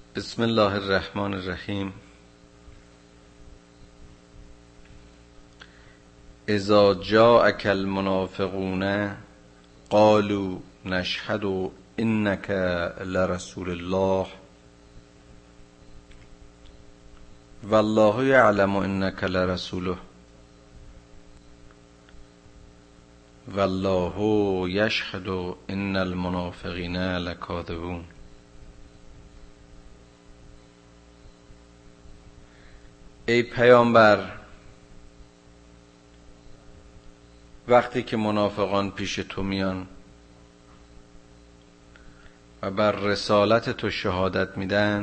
بسم الله الرحمن الرحیم. اذا جاءك المنافقون قالوا نشهد انك لرسول الله والله يعلم انك لرسوله والله يشهد ان المنافقین لکاذبون. ای پیامبر، وقتی که منافقان پیش تو میان و بر رسالت تو شهادت میدن،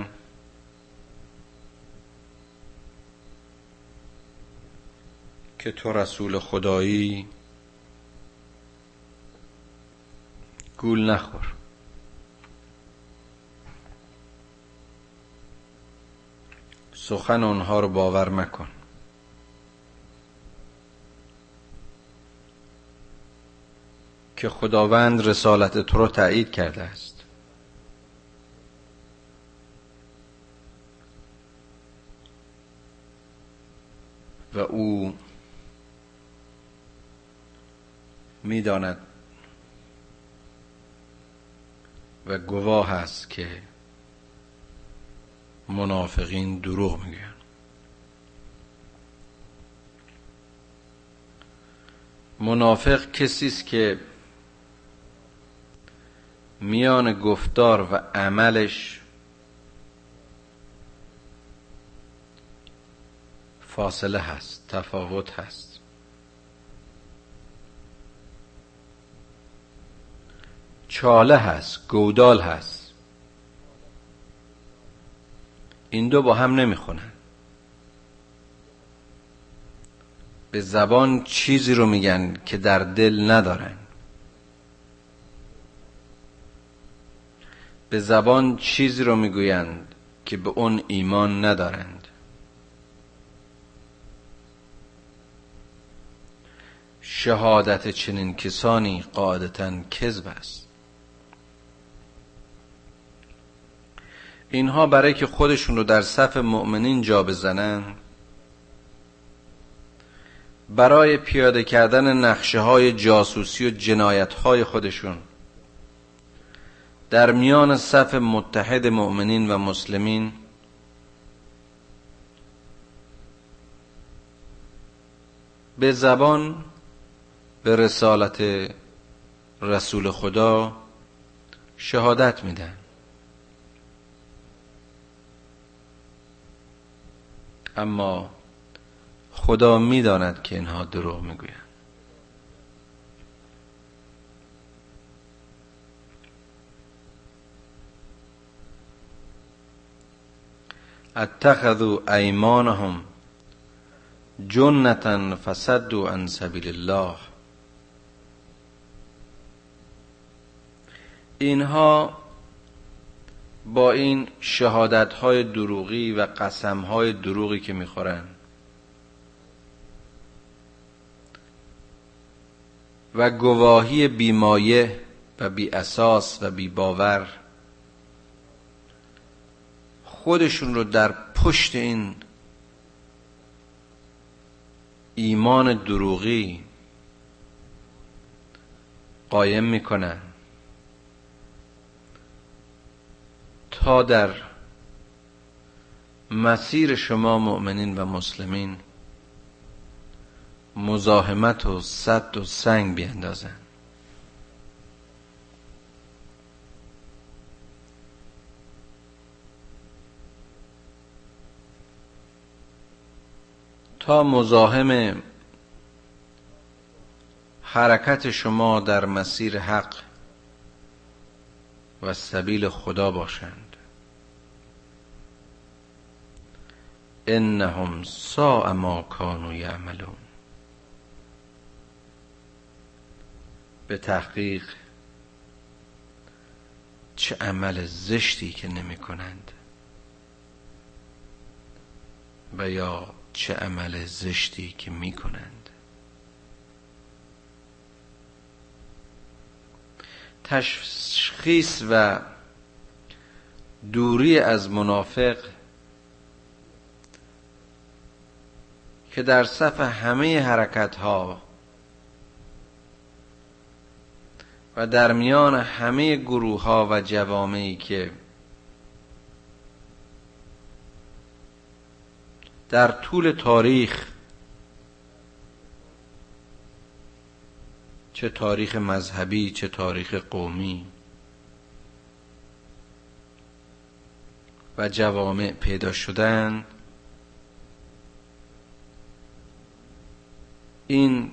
که تو رسول خدایی، گول نخور. سخن اونها رو باور مکن. که خداوند رسالت تو رو تایید کرده است. و او میداند و گواه است که منافقین دروغ میگن. منافق کسی است که میان گفتار و عملش فاصله هست، تفاوت هست. چاله هست، گودال هست. این دو با هم نمیخونن. به زبان چیزی رو میگن که در دل ندارن. به زبان چیزی رو میگویند که به اون ایمان ندارند. شهادت چنین کسانی قاعدتاً کذب است. اینها برای که خودشون رو در صف مؤمنین جا بزنن، برای پیاده کردن نقشه های جاسوسی و جنایت های خودشون در میان صف متحد مؤمنین و مسلمین، به زبان به رسالت رسول خدا شهادت میدن، اما خدا میداند که اینها دروغ میگویند. اتخذوا ایمانهم جنة فصدوا عن سبیل الله. اینها با این شهادت‌های دروغی و قسم‌های دروغی که می‌خورن و گواهی بیمایه و بی اساس و بی باور، خودشون رو در پشت این ایمان دروغی قایم میکنن تا در مسیر شما مؤمنین و مسلمین مزاحمت و سد و سنگ بیندازن. تا مزاحم حرکت شما در مسیر حق و سبیل خدا باشند. انهم ساء ما کانوا یعملون. به تحقیق چه عمل زشتی که نمی کنند، و یا چه عمل زشتی که می کنند. تشخیص و دوری از منافق که در صف همه حرکت‌ها و در میان همه گروه‌ها و جوامعی که در طول تاریخ، چه تاریخ مذهبی چه تاریخ قومی و جوامع پیدا شدن، این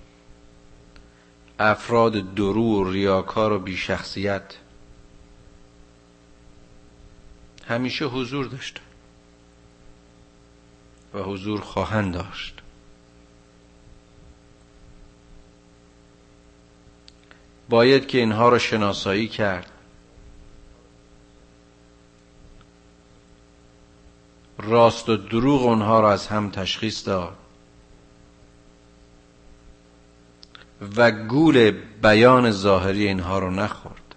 افراد درو، ریاکار و بی‌شخصیت همیشه حضور داشتند و حضور خواهند داشت. باید که اینها را شناسایی کرد، راست و دروغ اونها را از هم تشخیص داد و گول بیان ظاهری اینها رو نخورد،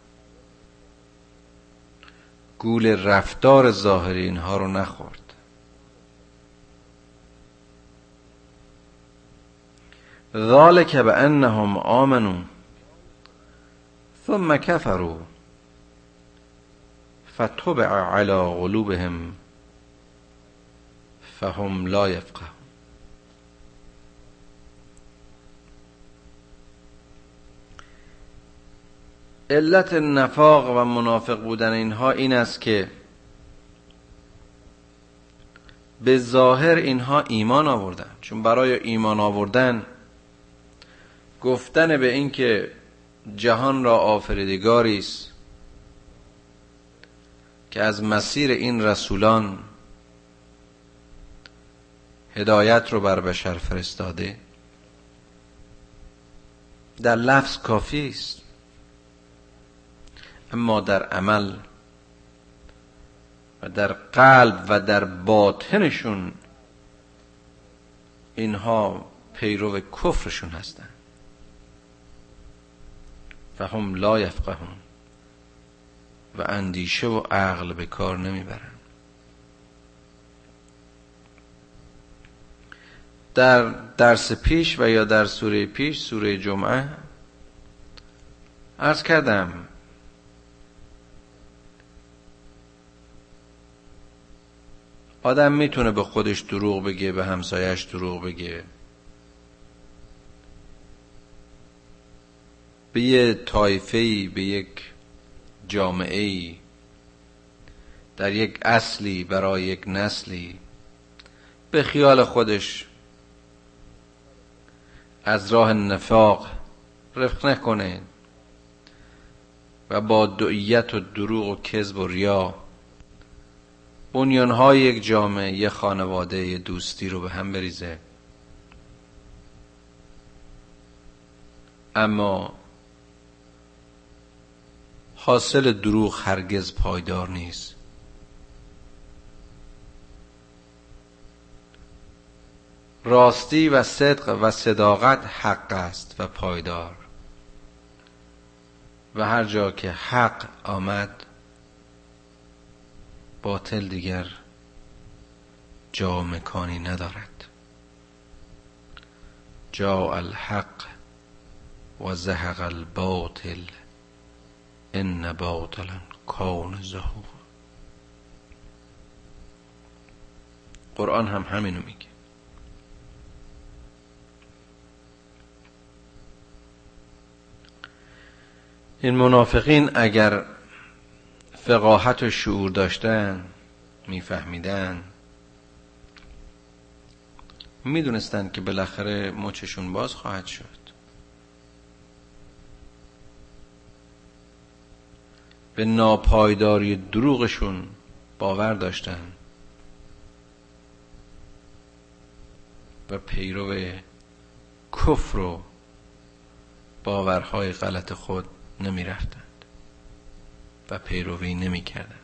گول رفتار ظاهری اینها رو نخورد. ذالک بأنهم آمنوا ثم كفروا فطبع على قلوبهم فهم لا يفقهون. علت نفاق و منافق بودن اینها این است که به ظاهر اینها ایمان آوردن، چون برای ایمان آوردن گفتن به این که جهان را آفریدگاری است که از مسیر این رسولان هدایت رو بر بشر فرستاده در لفظ کافی است، اما در عمل و در قلب و در باطنشون اینها پیرو کفرشون هستند. فهم لا یفقهون، و اندیشه و عقل به کار نمیبرن. در درس پیش و یا در سوره پیش، سوره جمعه، عرض کردم آدم میتونه به خودش دروغ بگه، به همسایش دروغ بگه، به یه طایفه‌ای، به یک جامعه‌ای، در یک اصلی، برای یک نسلی، به خیال خودش از راه نفاق رفق نکنه و با دعیت و دروغ و کذب و ریا بنیان‌های یک جامعه، یک خانواده، یک دوستی رو به هم بریزه. اما حاصل دروغ هرگز پایدار نیست. راستی و صدق و صداقت حق است و پایدار، و هر جا که حق آمد باطل دیگر جا مکانی ندارد. جاء الحق و زهق الباطل ان باطلا کان زهوقا. قرآن هم همینو میگه. این منافقین اگر فقاهت و شعور داشتن، میفهمیدن، میدونستن که بالاخره مچشون باز خواهد شد. به ناپایداری دروغشون باور داشتن و پیرو کفر و باورهای غلط خود نمی رفتند و پیروی نمی کردند.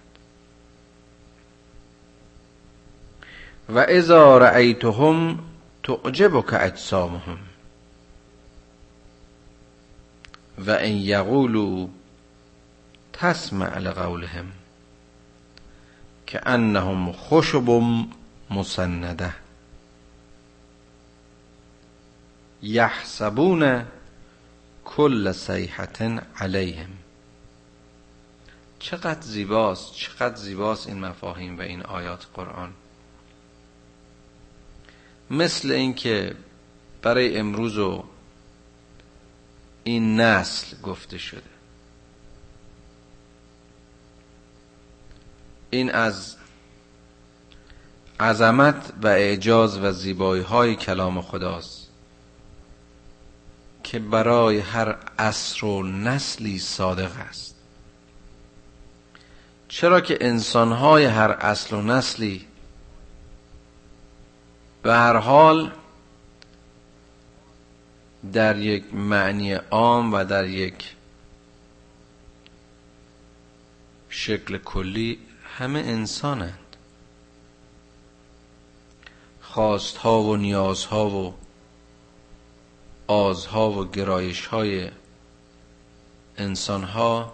و اذا رأیتهم تعجبک اجسامهم و ان یقولوا تسمع لقولهم که انهم خشب مسنده یحسبون کل صیحة علیهم. چقدر زیباست این مفاهیم و این آیات قرآن. مثل این که برای امروز و این نسل گفته شده. این از عظمت و اعجاز و زیبایی های کلام خداست که برای هر عصر و نسلی صادق است. چرا که انسان‌های هر اصل و نسلی به هر حال در یک معنی عام و در یک شکل کلی همه انسانند. خواستها و نیازها و آزها و گرایش‌های انسان‌ها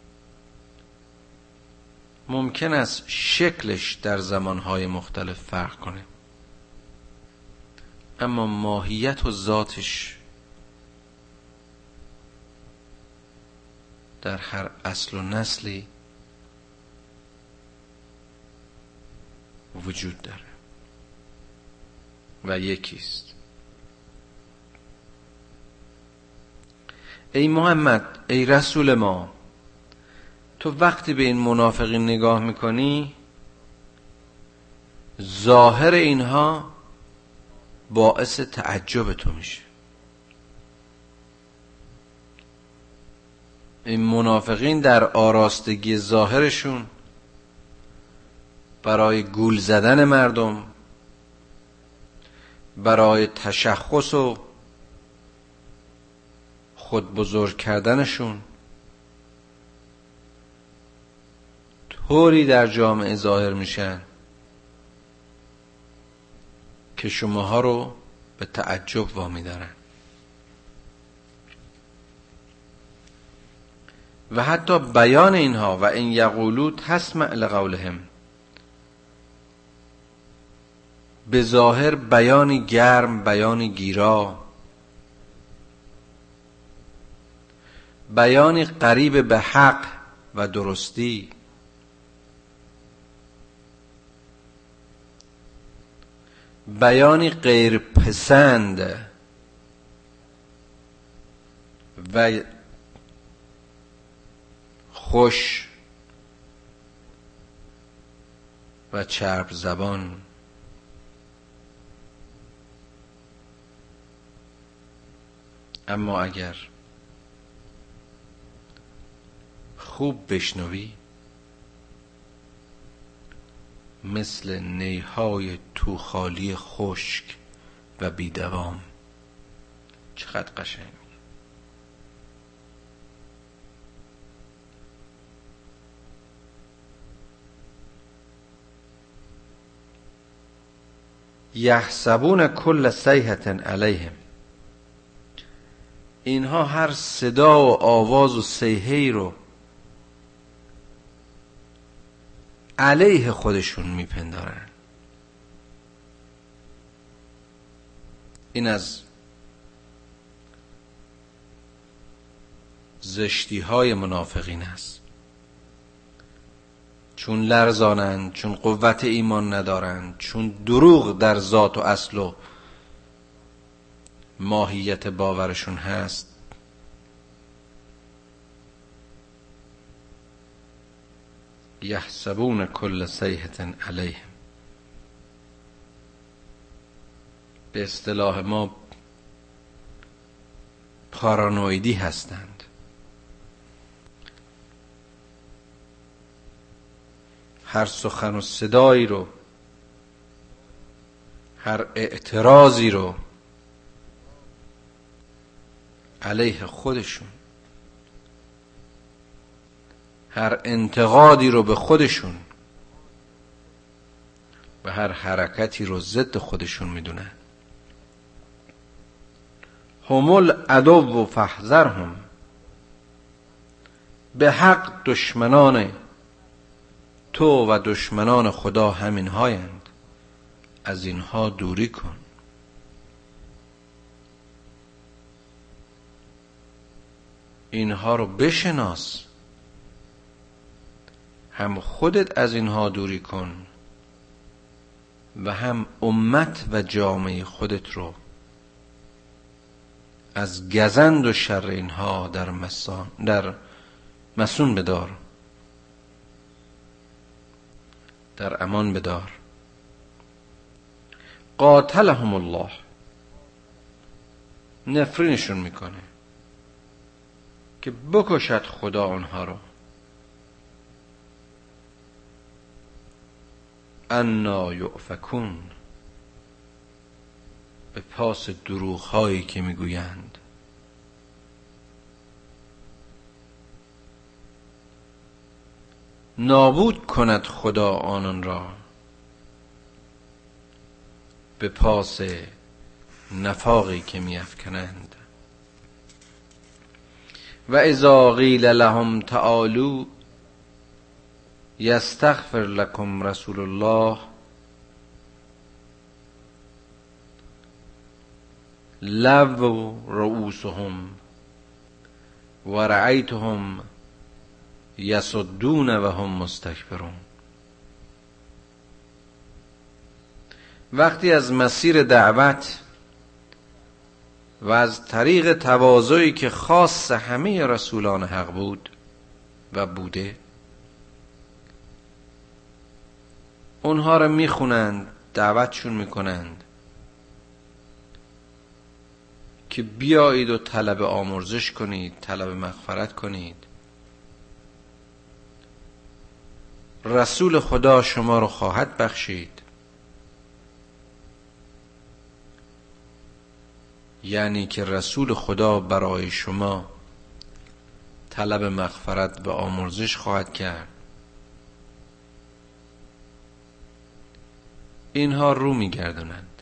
ممکن است شکلش در زمانهای مختلف فرق کنه، اما ماهیت و ذاتش در هر اصل و نسلی وجود داره و یکیست. ای محمد، ای رسول ما، تو وقتی به این منافقین نگاه میکنی ظاهر اینها باعث تعجب تو میشه. این منافقین در آراستگی ظاهرشون برای گول زدن مردم، برای تشخص و خود بزرگ کردنشون طوری در جامعه ظاهر میشن که شماها رو به تعجب وامی دارن و حتی بیان اینها و این یقولو تسمع لقولهم به ظاهر بیانی گرم، بیانی گیرا، بیانی قریب به حق و درستی، بیانی غیر پسند و خوش و چرب زبان. اما اگر خوب بشنوی مثل نیهای توخالی خشک و بیدوام. چقدر قشنگ. یحسبون کل صیحة علیهم. اینها هر صدا و آواز و صیحه‌ای رو علیه خودشون میپندارن. این از زشتی های منافقین است. چون لرزانند، چون قوت ایمان ندارند، چون دروغ در ذات و اصل و ماهیت باورشون هست، یحسبون کل صیحة علیهم. به اصطلاح ما پارانویدی هستند. هر سخن و صدایی رو، هر اعتراضی رو علیه خودشون، هر انتقادی رو به خودشون و هر حرکتی رو ضد خودشون میدونن. هم العدو فاحذرهم. به حق دشمنان تو و دشمنان خدا همین هایند، از اینها دوری کن. اینها رو بشناس، هم خودت از اینها دوری کن و هم امت و جامعه خودت رو از گزند و شر اینها در مسون بدار، در امان بدار. قاتلهم الله، نفرینشون میکنه که بکشد خدا آنها رو. انا یؤفکون، به پاس دروغ هایی که میگویند. نابود کند خدا آنان را به پاس نفاقی که میافکنند. و اذا قیل لهم تعالوا یستغفر لكم رسول الله لووا رؤوسهم و رأیتهم یصدون و هم مستکبرون. وقتی از مسیر دعوت و از طریق تواضعی که خاص همه رسولان حق بود و بوده، اونها را میخونند، دعوتشون میکنند که بیایید و طلب آمرزش کنید، طلب مغفرت کنید، رسول خدا شما رو خواهد بخشید. یعنی که رسول خدا برای شما طلب مغفرت و آمرزش خواهد کرد. اینها رو میگردونند،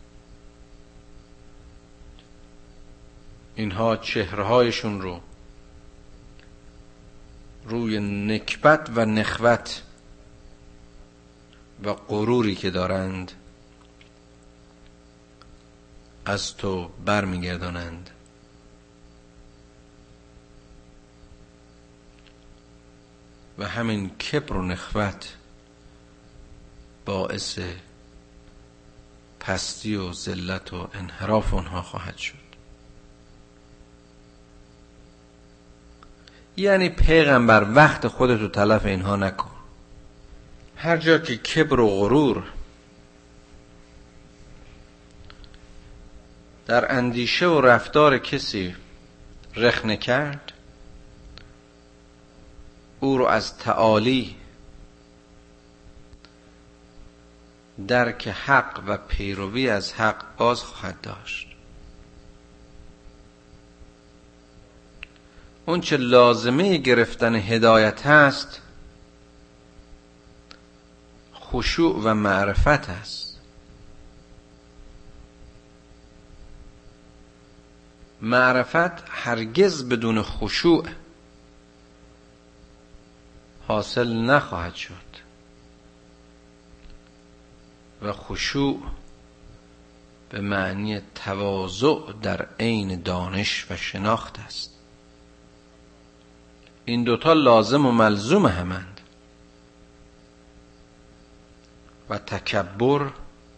اینها چهرهایشون رو روی نکبت و نخوت و غروری که دارند از تو برمیگردانند. و همین کبر و نخوت باعث پستی و ذلت و انحراف اونها خواهد شد. یعنی پیغمبر وقت خودتو تلف اینها نکن. هر جا که کبر و غرور در اندیشه و رفتار کسی رخنه کرد، او رو از تعالی، درک حق و پیروی از حق باز خواهد داشت. اون چه لازمه گرفتن هدایت هست خشوع و معرفت است. معرفت هرگز بدون خشوع حاصل نخواهد شد و خشوع به معنی تواضع در عین دانش و شناخت است. این دوتا لازم و ملزوم همند. و تکبر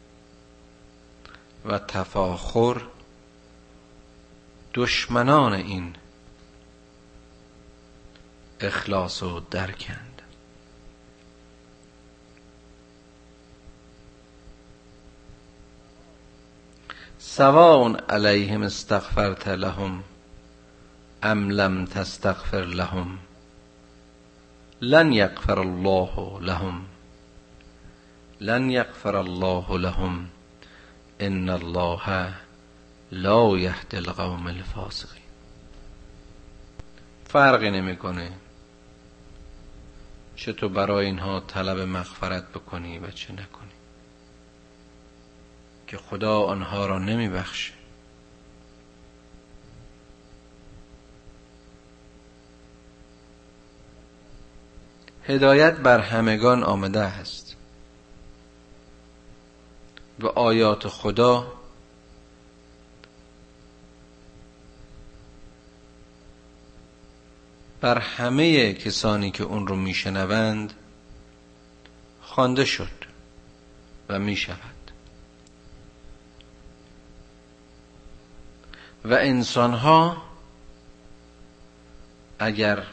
و تفاخر دشمنان این اخلاص و درکند. سواء علیهم استغفرت لهم ام لم تستغفر لهم لن یغفر الله لهم لن یغفر الله لهم ان الله لا یهدی القوم الفاسقین. فرقی نمیکنه چه تو برای اینها طلب مغفرت بکنی و چه نکنی، که خدا آنها را نمیبخشه. هدایت بر همگان آمده است و آیات خدا بر همه کسانی که اون رو میشنوند خوانده شد و میشود و انسانها اگر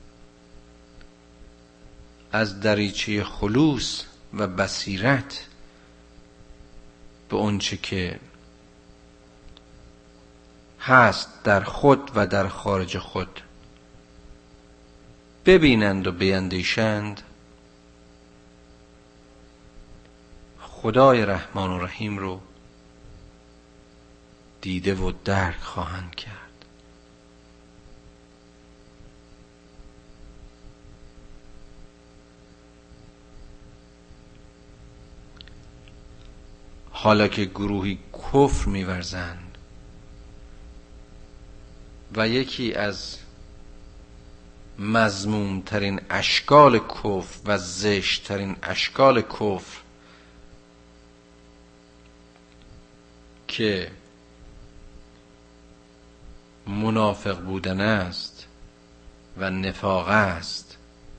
از دریچه خلوص و بصیرت به اونچه که هست در خود و در خارج خود ببینند و بیندیشند، خدای رحمان و رحیم رو دیده و درک خواهند کرد. حالا که گروهی کفر می‌ورزند و یکی از مذمومترین اشکال کفر و زشتترین اشکال کفر که منافق بودن است و نفاق است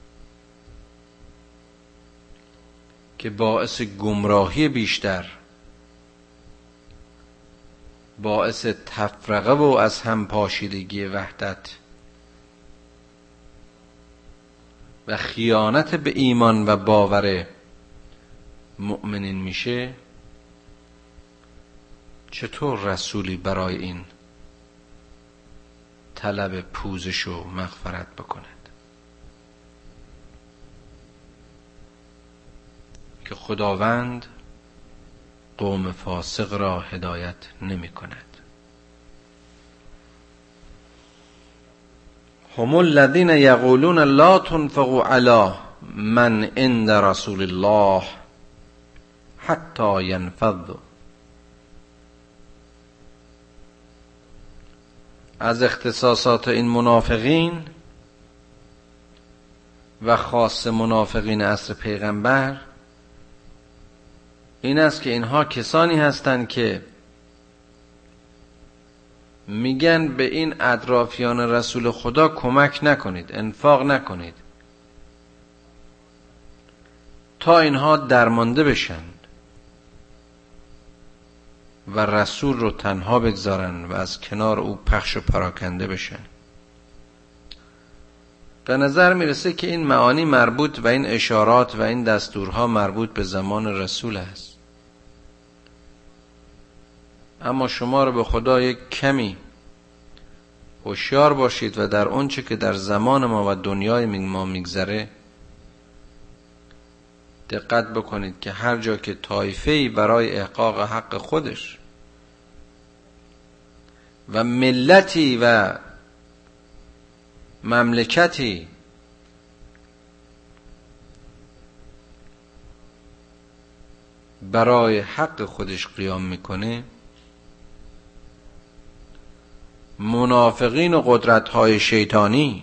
که باعث گمراهی بیشتر، باعث تفرقه و از هم پاشیدگی وحدت و خیانت به ایمان و باور مؤمنین میشه، چطور رسولی برای این طلب پوزش و مغفرت بکند که خداوند قوم فاسق را هدایت نمی کند؟ هم الذین یقولون لا تنفقوا علی من عند رسول الله حتی ینفضوا. از اختصاصات این منافقین و خاص منافقین عصر پیغمبر این است که اینها کسانی هستند که میگن به این اطرافیان رسول خدا کمک نکنید، انفاق نکنید تا اینها درمانده بشن و رسول رو تنها بگذارن و از کنار او پخش و پراکنده بشن. به نظر میرسه که این معانی مربوط و این اشارات و این دستورها مربوط به زمان رسول است. اما شما رو به خدا یک کمی هوشیار باشید و در اون چه که در زمان ما و دنیای ما میگذره دقت بکنید که هر جا که طایفه‌ای برای احقاق حق خودش و ملتی و مملکتی برای حق خودش قیام میکنه، منافقین و قدرت‌های شیطانی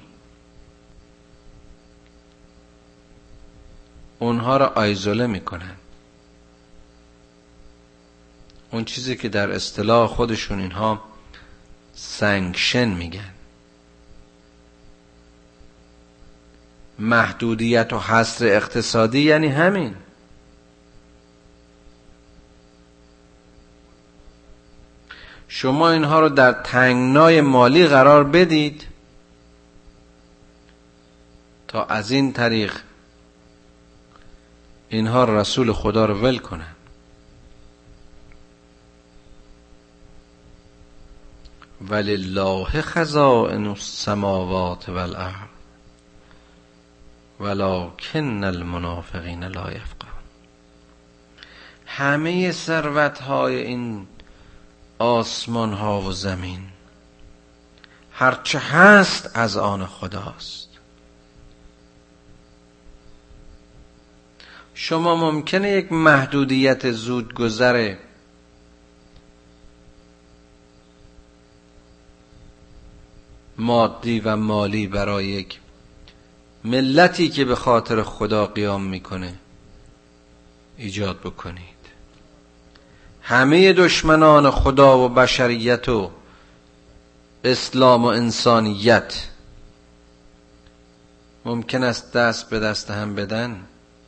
اونها را آیزوله میکنن. اون چیزی که در اصطلاح خودشون اینها سانکشن میگن، محدودیت و حصر اقتصادی یعنی همین. شما اینها رو در تنگنای مالی قرار بدید تا از این طریق اینها رسول خدا رو ول کنن. ولله خزائن السماوات والارض ولکن المنافقین لا یفقهون. همه ثروت‌های این آسمان ها و زمین هرچه هست از آن خداست. شما ممکنه یک محدودیت زودگذر مادی و مالی برای یک ملتی که به خاطر خدا قیام میکنه ایجاد بکنید. همه دشمنان خدا و بشریت و اسلام و انسانیت ممکن است دست به دست هم بدن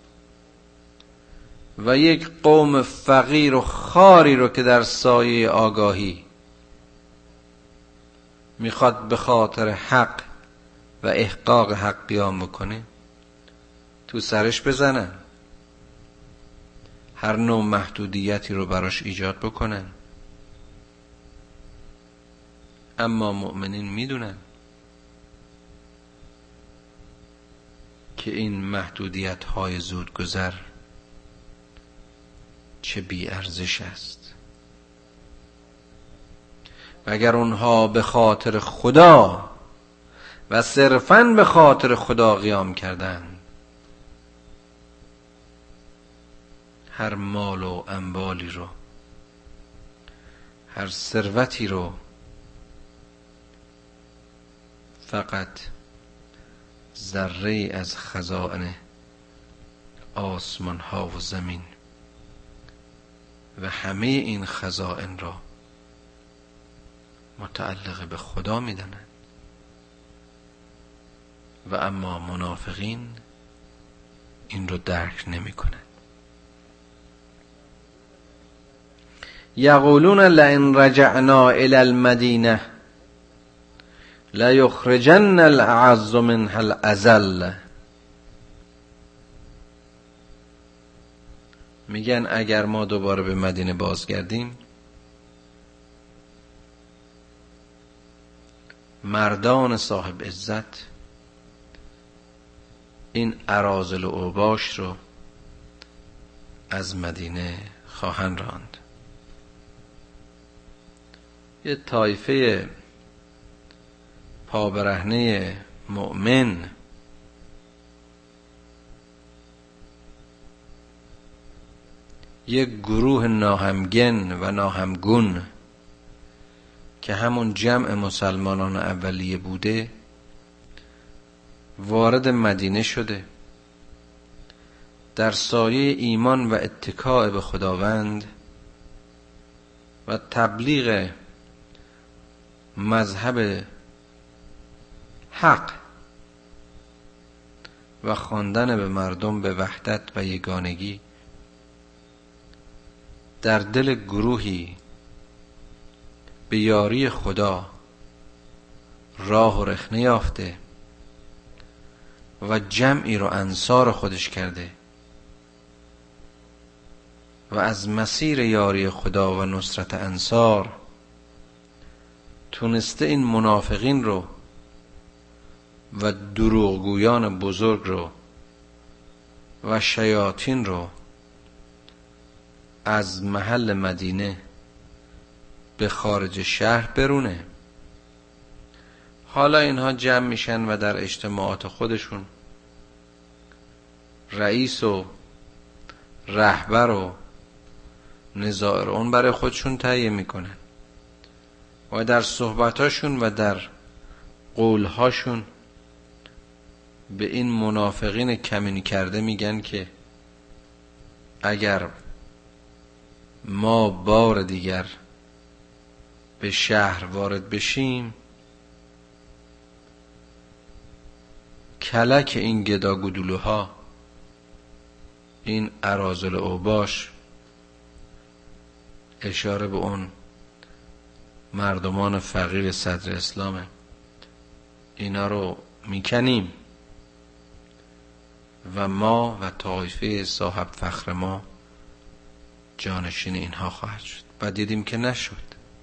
و یک قوم فقیر و خاری رو که در سایه آگاهی میخواد به خاطر حق و احقاق حق قیام بکنه تو سرش بزنن، هر نوع محدودیتی رو براش ایجاد بکنن. اما مؤمنین میدونن که این محدودیت های زودگذر چه بی ارزش است و اگر اونها به خاطر خدا و صرفاً به خاطر خدا قیام کردن، هر مال و اموالی رو، هر ثروتی رو فقط ذره از خزائن آسمان ها و زمین و همه این خزائن را متعلق به خدا میدانند. و اما منافقین این رو درک نمی کنند. یقولون لئن رجعنا الی المدینه لیخرجن الاعز منها الاذل. میگن اگر ما دوباره به مدینه بازگردیم، مردان صاحب عزت این اراذل و اوباش رو از مدینه خواهند راند. یه طایفه پابرهنه مؤمن یک گروه ناهمگن و ناهمگون که همون جمع مسلمانان اولیه بوده وارد مدینه شده، در سایه ایمان و اتکاء به خداوند و تبلیغ مذهب حق و خواندن به مردم به وحدت و یگانگی در دل گروهی به یاری خدا راه و رخنه یافته و جمعی رو انصار خودش کرده و از مسیر یاری خدا و نصرت انصار تونسته این منافقین رو و دروغگویان بزرگ رو و شیاطین رو از محل مدینه به خارج شهر برونه. حالا اینها جمع میشن و در اجتماعات خودشون رئیس و رهبر و نظائر اون برای خودشون تعیین میکنن و در صحبتاشون و در قولهاشون به این منافقین کمین کرده میگن که اگر ما بار دیگر به شهر وارد بشیم، کلک این گداگدولوها، این اراذل اوباش، اشاره به اون مردمان فقیر صدر اسلامه، اینا رو میکنیم و ما و طایفه صاحب فخر ما جانشین اینها خواهد شد. و دیدیم که نشد.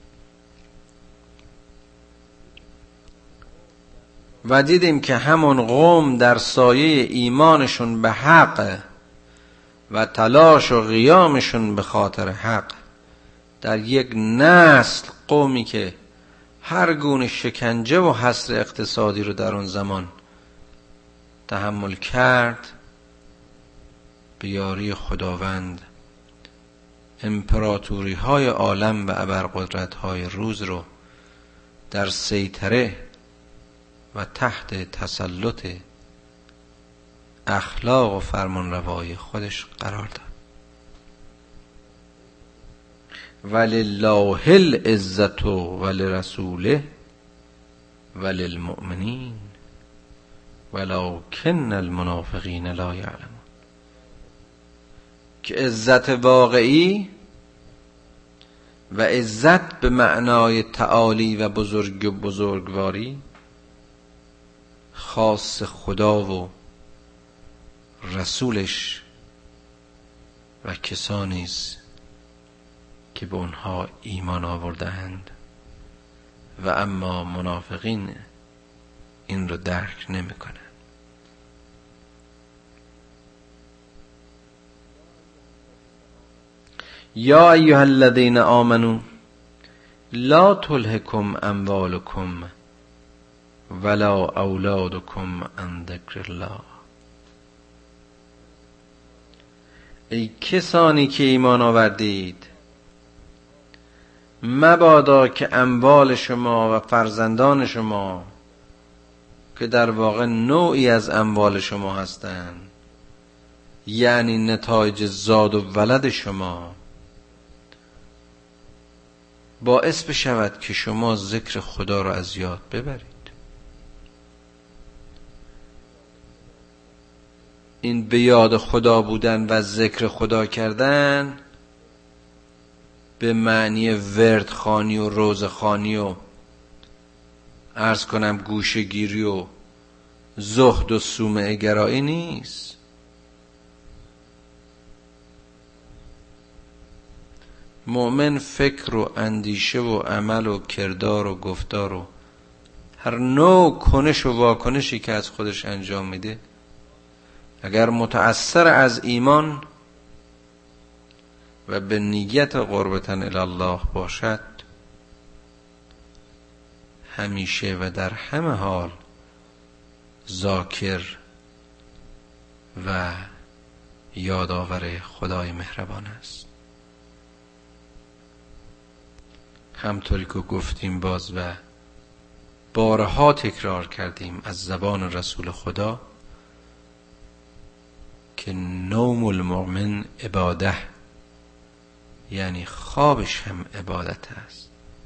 و دیدیم که همون قوم در سایه ایمانشون به حق و تلاش و قیامشون به خاطر حق در یک نسل، قومی که هر گونه شکنجه و حصر اقتصادی رو در اون زمان تحمل کرد، به یاری خداوند امپراتوری های عالم و ابرقدرت های روز رو در سیطره و تحت تسلط اخلاق و فرمانروایی خودش قرار داد. ولله العزة ولرسوله وللمؤمنین ولکن المنافقین لا یعلمون. که عزت واقعی و عزت به معنای تعالی و بزرگواری خاص خدا و رسولش و کسانی است که به اونها ایمان آورده‌اند و اما منافقین این رو درک نمی‌کنند. یا ایها الذین آمنوا لا تلهکم اموالکم ولا اولادکم عن ذکر الله. ای کسانی که ایمان آوردید، مبادا که اموال شما و فرزندان شما که در واقع نوعی از اموال شما هستند، یعنی نتایج زاد و ولد شما، باعث بشود که شما ذکر خدا را از یاد ببرید. این به یاد خدا بودن و ذکر خدا کردن به معنی وردخوانی و روزخوانی و عرض کنم گوشه‌گیری و زهد و صومعه گرایی نیست. مؤمن فکر و اندیشه و عمل و کردار و گفتار و هر نوع کنش و واکنشی که از خودش انجام میده، اگر متأثر از ایمان و به نیت قربتاً الی الله باشد، همیشه و در همه حال ذاکر و یادآور خدای مهربان است. همطوری که گفتیم باز و بارها تکرار کردیم از زبان رسول خدا که نوم المؤمن عباده، یعنی خوابش هم عبادت است.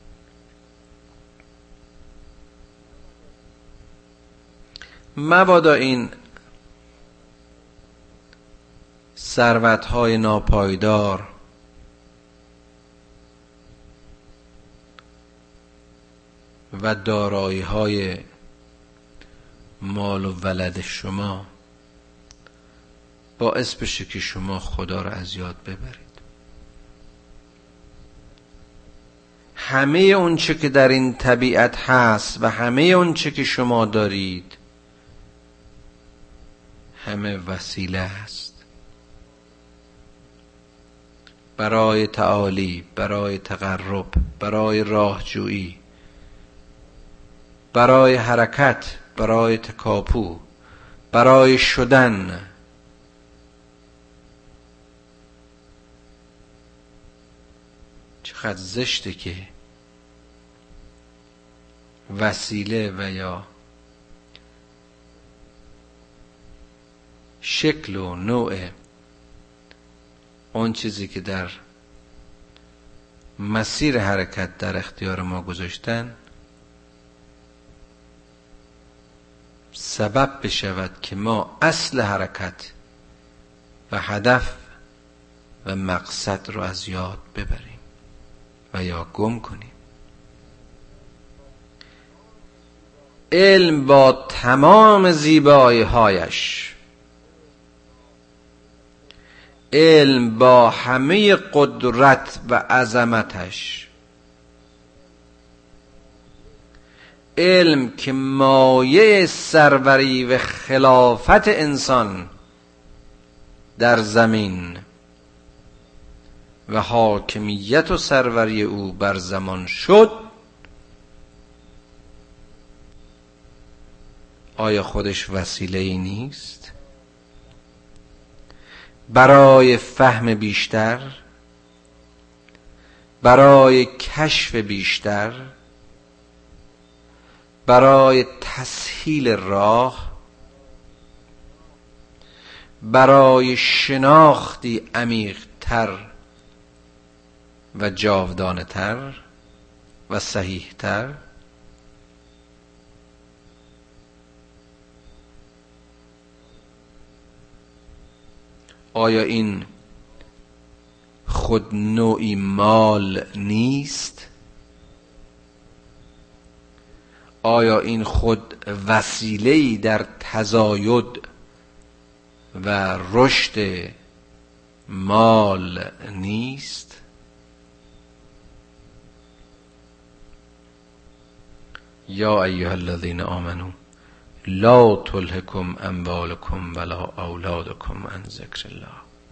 مبادا این ثروت‌های ناپایدار و دارایی‌های مال و ولد شما باعث بشه که شما خدا را از یاد ببرید. همه اون چه که در این طبیعت هست و همه اون چه که شما دارید همه وسیله است برای تعالی، برای تقرب، برای راهجویی، برای حرکت، برای تکاپو، برای شدن. چقدر زشته که وسیله و یا شکل و نوع اون چیزی که در مسیر حرکت در اختیار ما گذاشتن سبب بشود که ما اصل حرکت و هدف و مقصد رو از یاد ببریم و یا گم کنیم. علم با تمام زیبایی‌هایش، علم با همه قدرت و عظمتش، علم که مایه سروری و خلافت انسان در زمین و حاکمیت و سروری او بر زمان شد، آیا خودش وسیله‌ای نیست برای فهم بیشتر، برای کشف بیشتر، برای تسهیل راه، برای شناختی عمیق‌تر و جاودانه‌تر و صحیح‌تر؟ آیا این خود نوعی مال نیست؟ آیا این خود وسیله‌ای در تزاید و رشد مال نیست؟ یا ایها الذین آمنوا لا تلهکم اموالکم ولا اولادکم عن ذکر الله.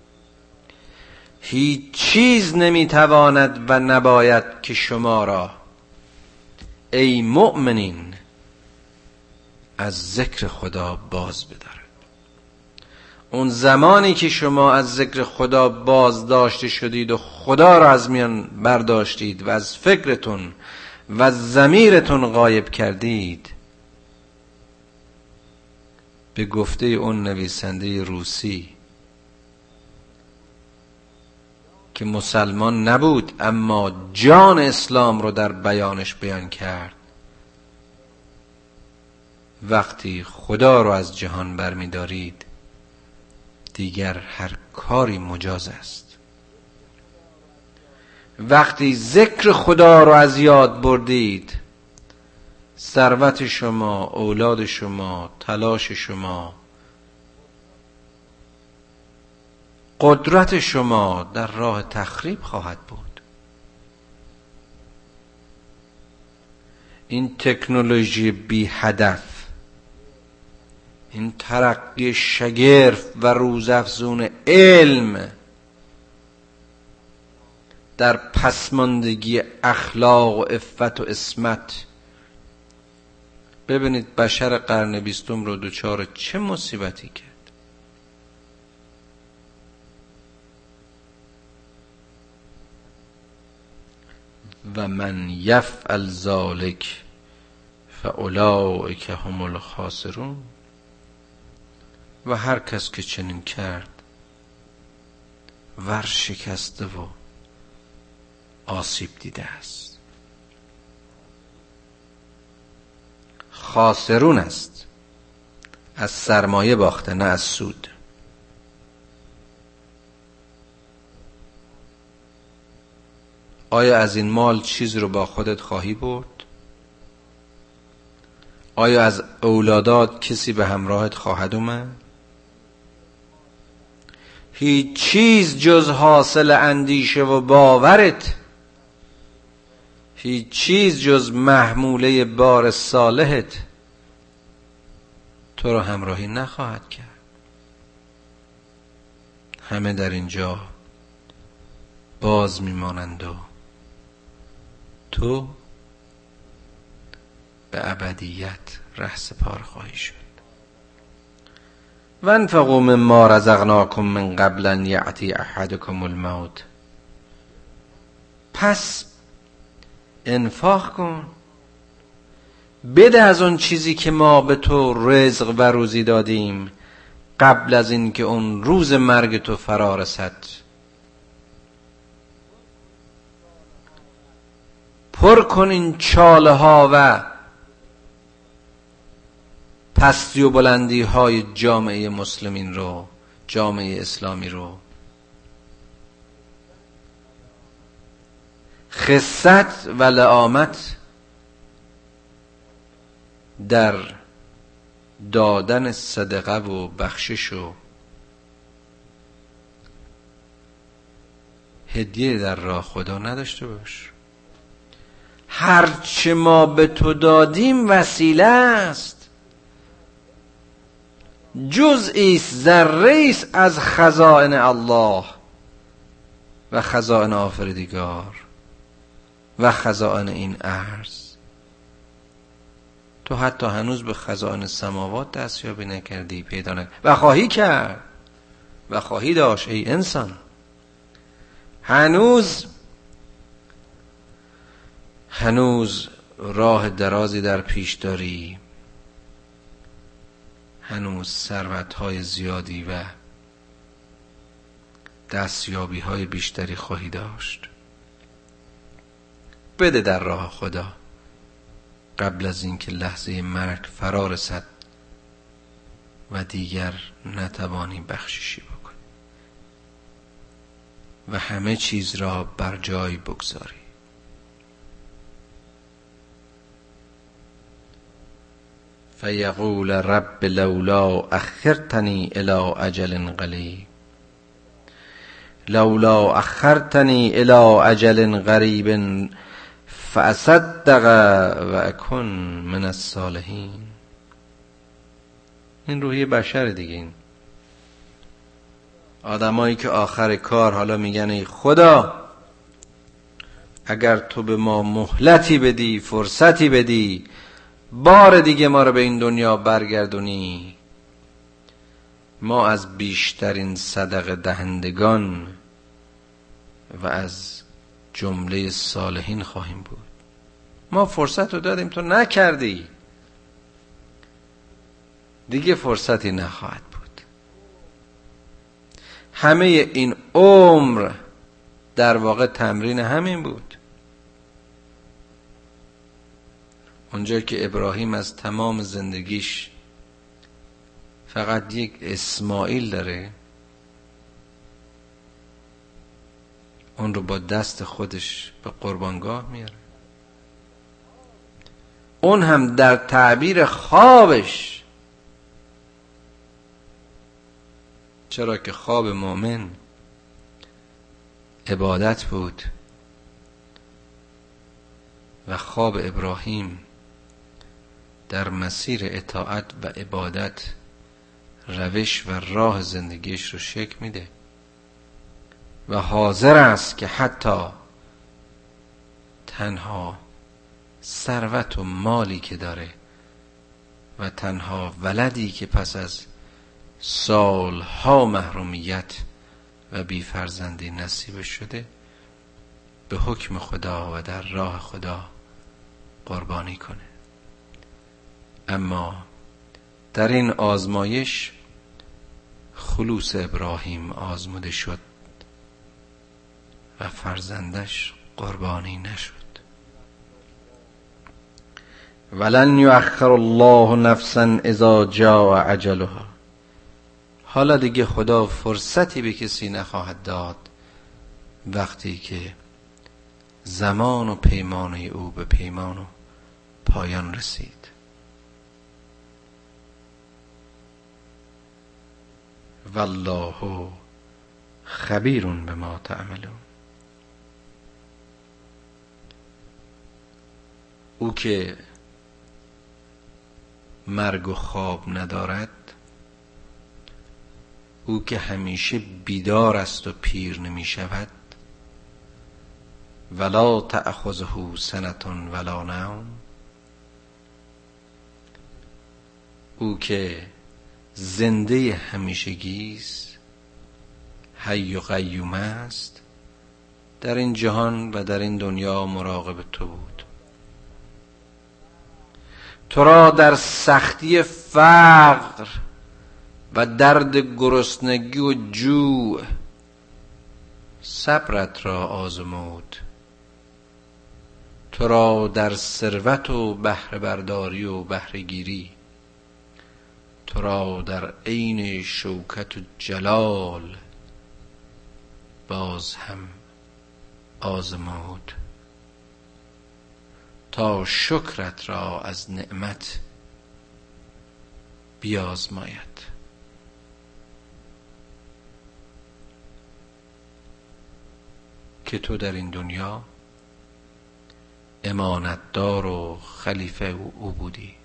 هیچ چیز نمیتواند و نباید که شما را ای مؤمنین از ذکر خدا باز بدارد. اون زمانی که شما از ذکر خدا باز داشته شدید و خدا را از میان برداشتید و از فکرتون و ضمیرتون غایب کردید، به گفته اون نویسنده روسی که مسلمان نبود اما جان اسلام رو در بیانش بیان کرد، وقتی خدا رو از جهان برمی دارید دیگر هر کاری مجاز است. وقتی ذکر خدا رو از یاد بردید، ثروت شما، اولاد شما، تلاش شما، قدرت شما در راه تخریب خواهد بود. این تکنولوژی بی هدف، این ترقی شگرف و روزافزون علم در پسماندگی اخلاق و عفت و عصمت، ببینید بشر قرن 20 رو دچار چه مصیبتی کرد. و من یفعل ذلک فاولئک هم الخاسرون. و هر کس که چنین کرد ورشکسته و آسیب دیده است، خاسرون است، از سرمایه باخته نه از سود. آیا از این مال چیز رو با خودت خواهی برد؟ آیا از اولادات کسی به همراهت خواهد اومد؟ هیچ چیز جز حاصل اندیشه و باورت، هیچ چیز جز محموله بار صالحت تو را همراهی نخواهد کرد. همه در اینجا باز میمانند و تو به ابدیت رهسپار خواهی شد. وانفقوا مما رزقناکم من قبل ان یأتی احدکم الموت. پس انفاق کن، بده از اون چیزی که ما به تو رزق و روزی دادیم قبل از این که اون روز مرگ تو فرا رسد. پر کن این چاله ها و پستی و بلندی های جامعه مسلمین رو، جامعه اسلامی رو. خست و لعامت در دادن صدقه و بخشش و هدیه در راه خدا نداشته باش. هرچه ما به تو دادیم وسیله است، جزئی است، ذره است از خزائن الله و خزائن آفریدگار و خزائن این ارض. تو حتی هنوز به خزائن سماوات دستیابی نکردی، پیدا نکردی و خواهی کرد و خواهی داشت. ای انسان، هنوز راه درازی در پیش داری، هنوز ثروت‌های زیادی و دستیابی های بیشتری خواهی داشت. بده در راه خدا قبل از اینکه لحظه مرگ فرا رسد و دیگر نتوانی بخششی بکنی و همه چیز را بر جای بگذاری. فیقول رب لولا اخرتنی الی اجل قریب لولا اخرتنی الی اجل قریب فاصدق و اکن من الصالحین. این روحیه بشر دیگه. این آدمایی که آخر کار حالا میگن ای خدا اگر تو به ما مهلتی بدی، فرصتی بدی، بار دیگه ما رو به این دنیا برگردونی، ما از بیشترین صدقه دهندگان و از جمله صالحین خواهیم بود. ما فرصت رو دادیم تو نکردی، دیگه فرصتی نخواهد بود. همه این عمر در واقع تمرین همین بود. اونجا که ابراهیم از تمام زندگیش فقط یک اسماعیل داره، اون رو با دست خودش به قربانگاه میاره. اون هم در تعبیر خوابش، چرا که خواب مؤمن عبادت بود و خواب ابراهیم در مسیر اطاعت و عبادت روش و راه زندگیش رو شکل میده و حاضر است که حتی تنها ثروت و مالی که داره و تنها ولدی که پس از سالها محرومیت و بی فرزندی نصیب شده به حکم خدا و در راه خدا قربانی کنه. اما در این آزمایش خلوص ابراهیم آزموده شد و فرزندش قربانی نشد. ولن یؤخر الله نفسا اذا جاء اجلها. حالا دیگه خدا فرصتی به کسی نخواهد داد وقتی که زمان و پیمان او به پیمان و پایان رسید. والله خبیر بما تعملون. او که مرگ و خواب ندارد، او که همیشه بیدار است و پیر نمی شود، ولا تأخذه سنة ولا نوم، او که زنده همیشگی است، حی و قیوم است، در این جهان و در این دنیا مراقب تو بود. تو را در سختی فقر و درد گرسنگی و جوع صبرت را آزمود. تو را در ثروت و بهره برداری و بهره گیری، تو را در عین شوکت و جلال باز هم آزمود تا شکرت را از نعمت بیازماید. که تو در این دنیا امانتدار و خلیفه او بودی.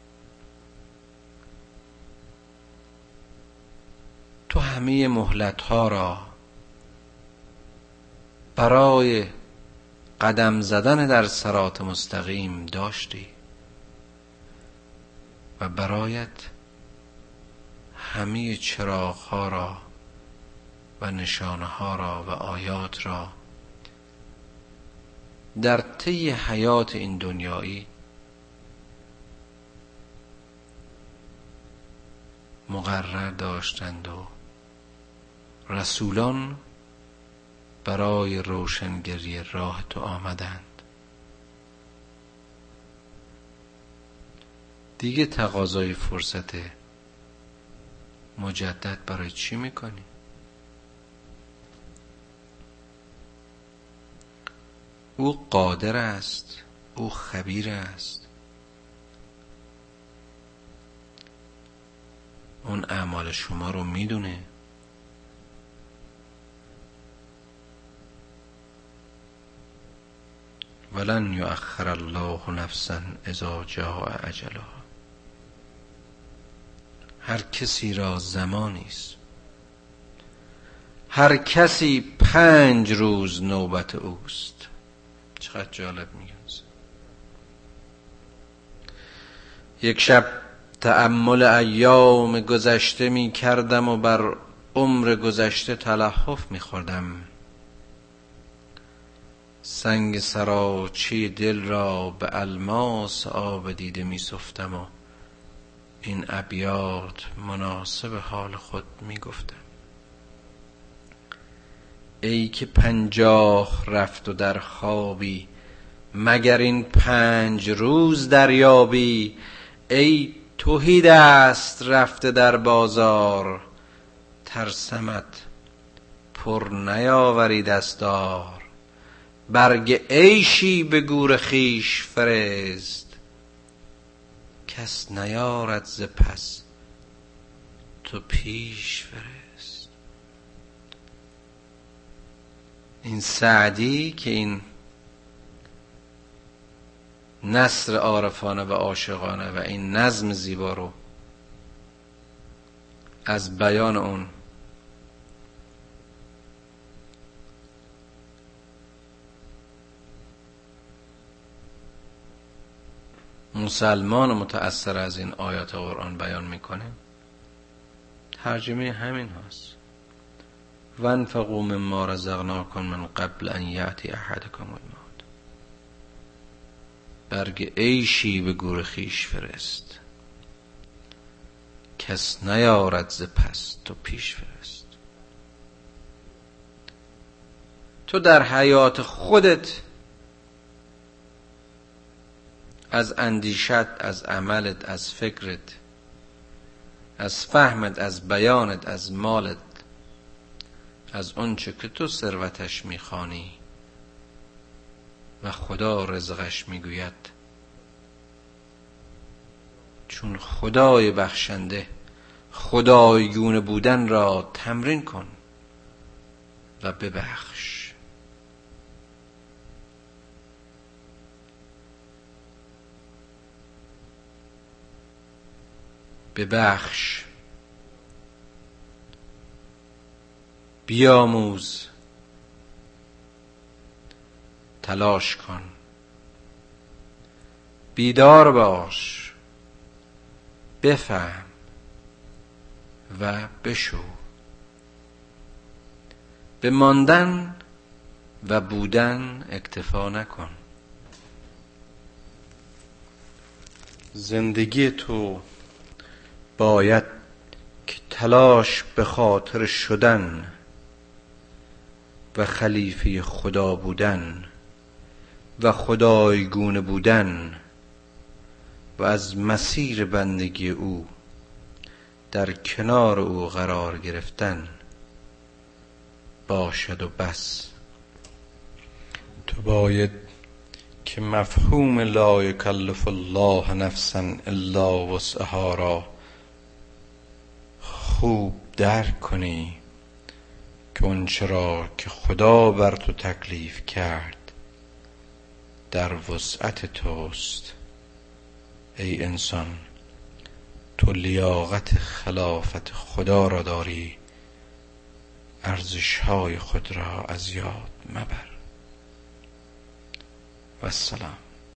تو همه مهلت‌ها را برای قدم زدن در صراط مستقیم داشتی و برایت همه چراغ‌ها را و نشانه‌ها را و آیات را در طی حیات این دنیایی مقرر داشتند و رسولان برای روشنگری راه تو آمدند. دیگه تقاضای فرصت مجدد برای چی میکنی؟ او قادر است، او خبیر است، اون اعمال شما رو میدونه. ولن یؤخر الله نفسا اذا جاء اجلها. هر کسی را زمانی است، هر کسی 5 روز نوبت اوست. چقدر جالب میگن. یک شب تأمل ایام گذشته می کردم و بر عمر گذشته تلهف می خوردم. سنگ سراچی دل را به الماس آب دیده می سفتم و این ابیات مناسب حال خود می گفتم. ای که 50 رفت و در خوابی، مگر این 5 روز دریابی. ای تهی دست رفته در بازار، ترسمت پر نیاوری دستار. برگ عیشی به گور خیش فرست، کس نیارد ز پس تو پیش فرست. این سعدی که این نثر عارفانه و عاشقانه و این نظم زیبا رو از بیان اون مسلمان متأثر از این آیات قرآن بیان میکنه. ترجمه همین هست: وانفقوا مما رزقناکم من قبل ان یأتی احدکم الموت. برگ عیشی به گور خیش فرست، کس نیارد ز پس تو پیش فرست. تو در حیات خودت از اندیشت، از عملت، از فکرت، از فهمت، از بیانت، از مالت، از اونچه که تو ثروتش میخوانی و خدا رزقش میگوید، چون خدای بخشنده خدایگونه بودن را تمرین کن و ببخش. ببخش، بیاموز، تلاش کن، بیدار باش، بفهم و بشو. به ماندن و بودن اکتفا نکن. زندگی تو باید که تلاش به خاطر شدن و خلیفه خدا بودن و خدایگونه بودن و از مسیر بندگی او در کنار او قرار گرفتن باشد و بس. تو باید که مفهوم لا یکلف الله نفسا الا وسعها را خوب درک کنی که اونچه را که خدا بر تو تکلیف کرد در وسعت توست. ای انسان، تو لیاقت خلافت خدا را داری، ارزش‌های خود را از یاد مبر. و السلام.